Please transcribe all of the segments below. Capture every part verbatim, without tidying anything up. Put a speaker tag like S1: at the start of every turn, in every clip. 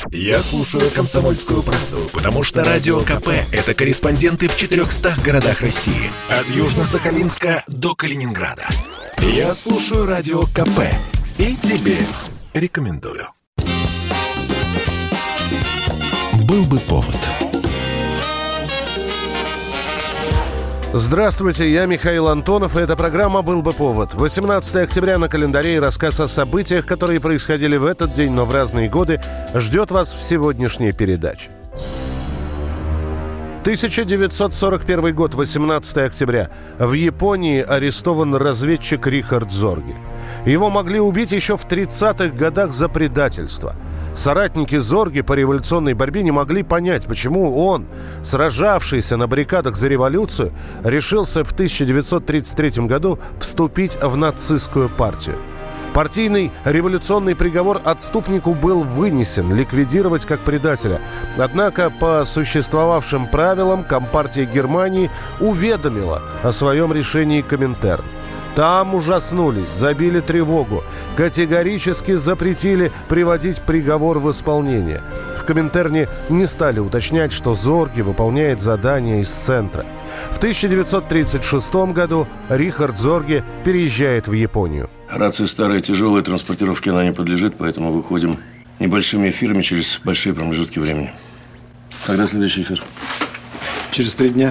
S1: Я слушаю «Комсомольскую правду», потому что Радио КП – это корреспонденты в четырехстах городах России. От Южно-Сахалинска до Калининграда. Я слушаю Радио КП и тебе рекомендую. Был бы повод.
S2: Здравствуйте, я Михаил Антонов, и эта программа «Был бы повод». восемнадцатое октября на календаре, и рассказ о событиях, которые происходили в этот день, но в разные годы, ждет вас в сегодняшней передаче. тысяча девятьсот сорок первый год, восемнадцатое октября. В Японии арестован разведчик Рихард Зорге. Его могли убить еще в тридцатых годах за предательство. Соратники Зорге по революционной борьбе не могли понять, почему он, сражавшийся на баррикадах за революцию, решился в тысяча девятьсот тридцать третьем году вступить в нацистскую партию. Партийный революционный приговор отступнику был вынесен ликвидировать как предателя. Однако по существовавшим правилам Компартия Германии уведомила о своем решении Коминтерн. Там ужаснулись, забили тревогу, категорически запретили приводить приговор в исполнение. В Коминтерне не стали уточнять, что Зорге выполняет задания из центра. В тысяча девятьсот тридцать шестом году Рихард Зорге переезжает в Японию.
S3: Рация старая, тяжелая, транспортировке она не подлежит, поэтому выходим небольшими эфирами через большие промежутки времени. Когда следующий эфир?
S4: Через три дня.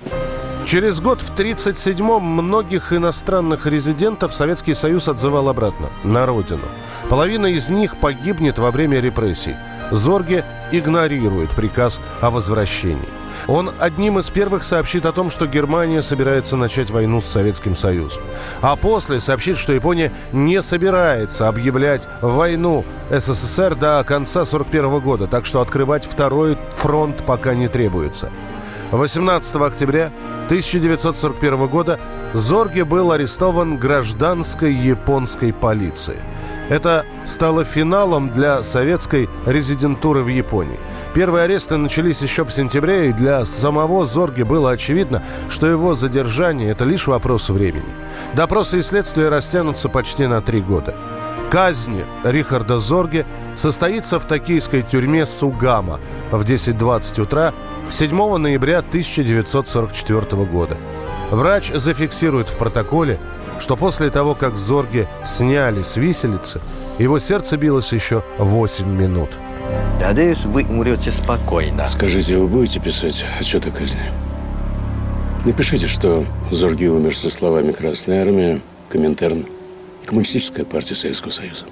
S2: Через год, в тридцать седьмом, многих иностранных резидентов Советский Союз отзывал обратно, на родину. Половина из них погибнет во время репрессий. Зорге игнорирует приказ о возвращении. Он одним из первых сообщит о том, что Германия собирается начать войну с Советским Союзом. А после сообщит, что Япония не собирается объявлять войну СССР до конца сорок первого года, так что открывать второй фронт пока не требуется. восемнадцатого октября тысяча девятьсот сорок первого года Зорге был арестован гражданской японской полицией. Это стало финалом для советской резидентуры в Японии. Первые аресты начались еще в сентябре, и для самого Зорге было очевидно, что его задержание – это лишь вопрос времени. Допросы и следствия растянутся почти на три года. Казнь Рихарда Зорге состоится в токийской тюрьме Сугама в десять двадцать утра седьмого ноября тысяча девятьсот сорок четвёртого года. Врач зафиксирует в протоколе, что после того, как Зорге сняли с виселицы, его сердце билось еще восемь минут.
S5: Надеюсь, вы умрете спокойно.
S3: Скажите, вы будете писать отчет о казни? Напишите, что Зорге умер со словами «Красная армия», Коминтерн, Коммунистическая партия Советского Союза.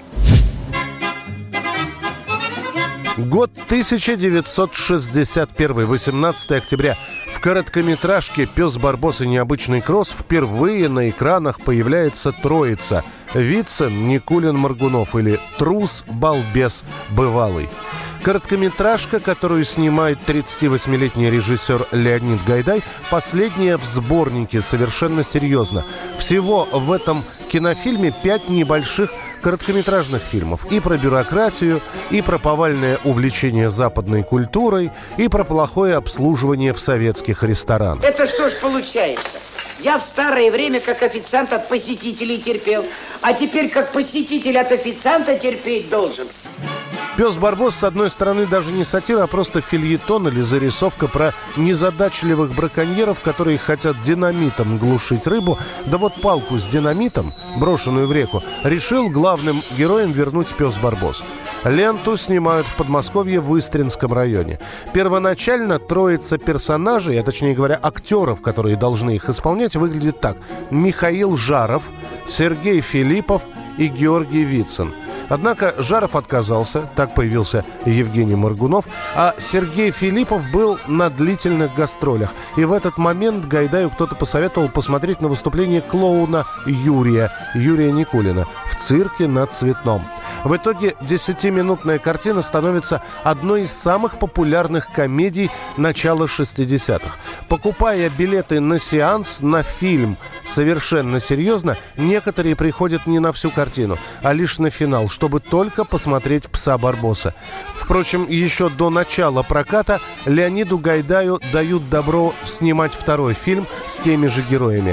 S2: Год тысяча девятьсот шестьдесят первый, восемнадцатое октября. В короткометражке «Пес Барбос и необычный кросс» впервые на экранах появляется троица: Вицин, Никулин, Моргунов, или трус, балбес, бывалый. Короткометражка, которую снимает тридцативосьмилетний режиссер Леонид Гайдай, последняя в сборнике «Совершенно серьезно». Всего в этом кинофильме пять небольших короткометражных фильмов. И про бюрократию, и про повальное увлечение западной культурой, и про плохое обслуживание в советских ресторанах.
S6: Это что ж получается? Я в старое время как официант от посетителей терпел, а теперь как посетитель от официанта терпеть должен.
S2: «Пес Барбос», с одной стороны, даже не сатира, а просто фельетон или зарисовка про незадачливых браконьеров, которые хотят динамитом глушить рыбу. Да вот палку с динамитом, брошенную в реку, решил главным героем вернуть пес Барбос. Ленту снимают в Подмосковье в Истринском районе. Первоначально троица персонажей, а точнее говоря, актеров, которые должны их исполнять, выглядит так: Михаил Жаров, Сергей Филиппов и Георгий Вицин. Однако Жаров отказался, так появился Евгений Моргунов, а Сергей Филиппов был на длительных гастролях. И в этот момент Гайдаю кто-то посоветовал посмотреть на выступление клоуна Юрия, Юрия Никулина, в цирке на Цветном. В итоге десятиминутная картина становится одной из самых популярных комедий начала шестидесятых. Покупая билеты на сеанс, на фильм «Совершенно серьезно», некоторые приходят не на всю картину, а лишь на финал, чтобы только посмотреть «Пса Барбоса». Впрочем, еще до начала проката Леониду Гайдаю дают добро снимать второй фильм с теми же героями.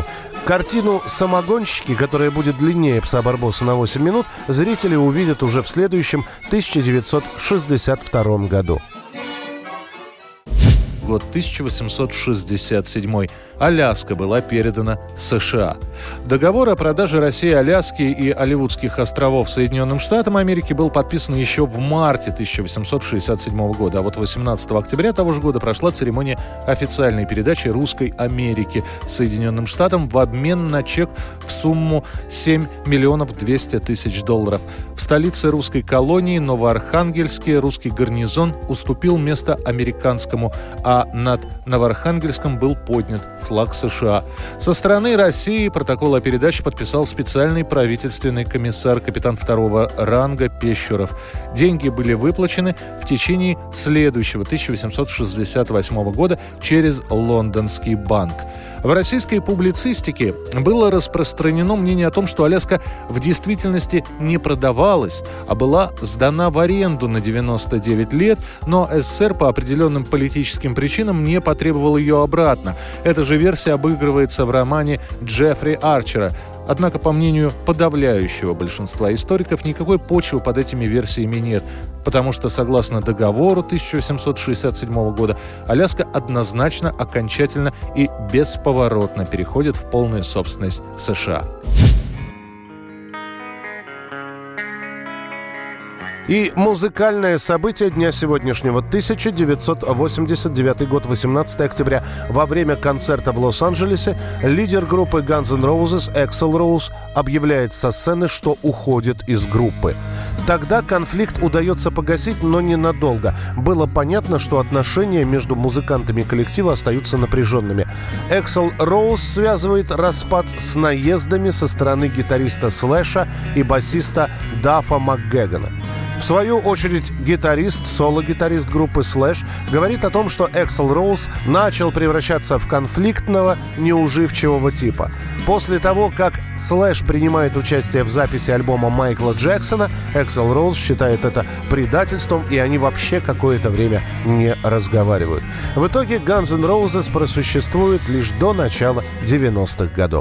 S2: Картину «Самогонщики», которая будет длиннее «Пса Барбоса» на восемь минут, зрители увидят уже в следующем тысяча девятьсот шестьдесят втором году.
S7: Год тысяча восемьсот шестьдесят седьмой. Аляска была передана США. Договор о продаже России Аляски и Алевудских островов Соединенным Штатам Америки был подписан еще в марте тысяча восемьсот шестьдесят седьмого года, а вот восемнадцатого октября того же года прошла церемония официальной передачи Русской Америки Соединенным Штатам в обмен на чек в сумму семь миллионов двести тысяч долларов. В столице русской колонии Новоархангельске русский гарнизон уступил место американскому, а над Новоархангельском был поднят флаг США. Со стороны России протокол о передаче подписал специальный правительственный комиссар, капитан второго ранга Пещеров. Деньги были выплачены в течение следующего тысяча восемьсот шестьдесят восьмого года через Лондонский банк. В российской публицистике было распространено мнение о том, что Аляска в действительности не продавалась, а была сдана в аренду на девяносто девять лет, но СССР по определенным политическим причинам не потребовал ее обратно. Эта же версия обыгрывается в романе Джеффри Арчера. Однако, по мнению подавляющего большинства историков, никакой почвы под этими версиями нет, потому что, согласно договору тысяча восемьсот шестьдесят седьмого года, Аляска однозначно, окончательно и бесповоротно переходит в полную собственность США.
S2: И музыкальное событие дня сегодняшнего. тысяча девятьсот восемьдесят девятый год, восемнадцатого октября. Во время концерта в Лос-Анджелесе лидер группы Guns N' Roses Эксел Роуз объявляет со сцены, что уходит из группы. Тогда конфликт удается погасить, но ненадолго. Было понятно, что отношения между музыкантами коллектива остаются напряженными. Эксел Роуз связывает распад с наездами со стороны гитариста Слэша и басиста Даффа Макгегана. В свою очередь, гитарист, соло-гитарист группы Slash говорит о том, что Эксел Роуз начал превращаться в конфликтного, неуживчивого типа. После того, как Slash принимает участие в записи альбома Майкла Джексона, Эксел Роуз считает это предательством, и они вообще какое-то время не разговаривают. В итоге Guns N' Roses просуществует лишь до начала девяностых годов.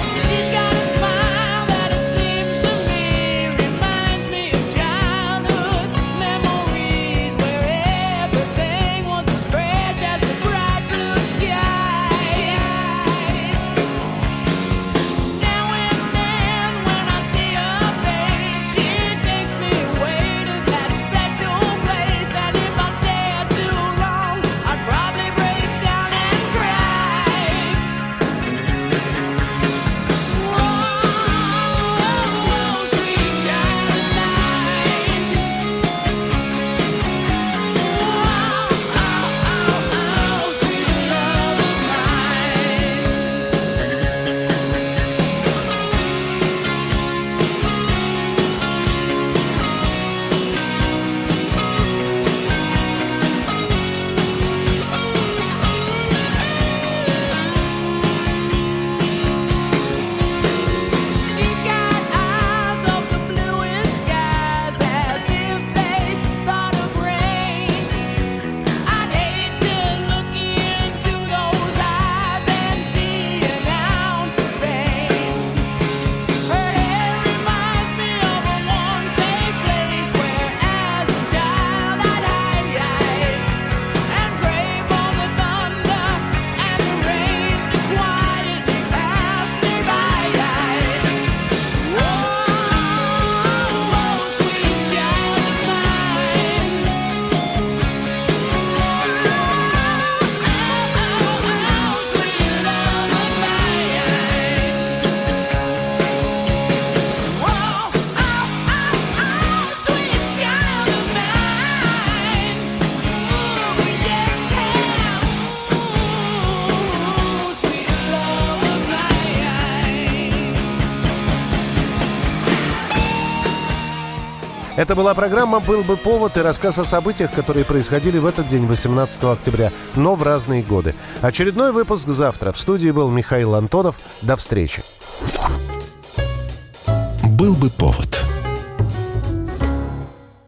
S2: Это была программа «Был бы повод» и рассказ о событиях, которые происходили в этот день, восемнадцатого октября, но в разные годы. Очередной выпуск завтра. В студии был Михаил Антонов. До встречи.
S1: «Был бы повод».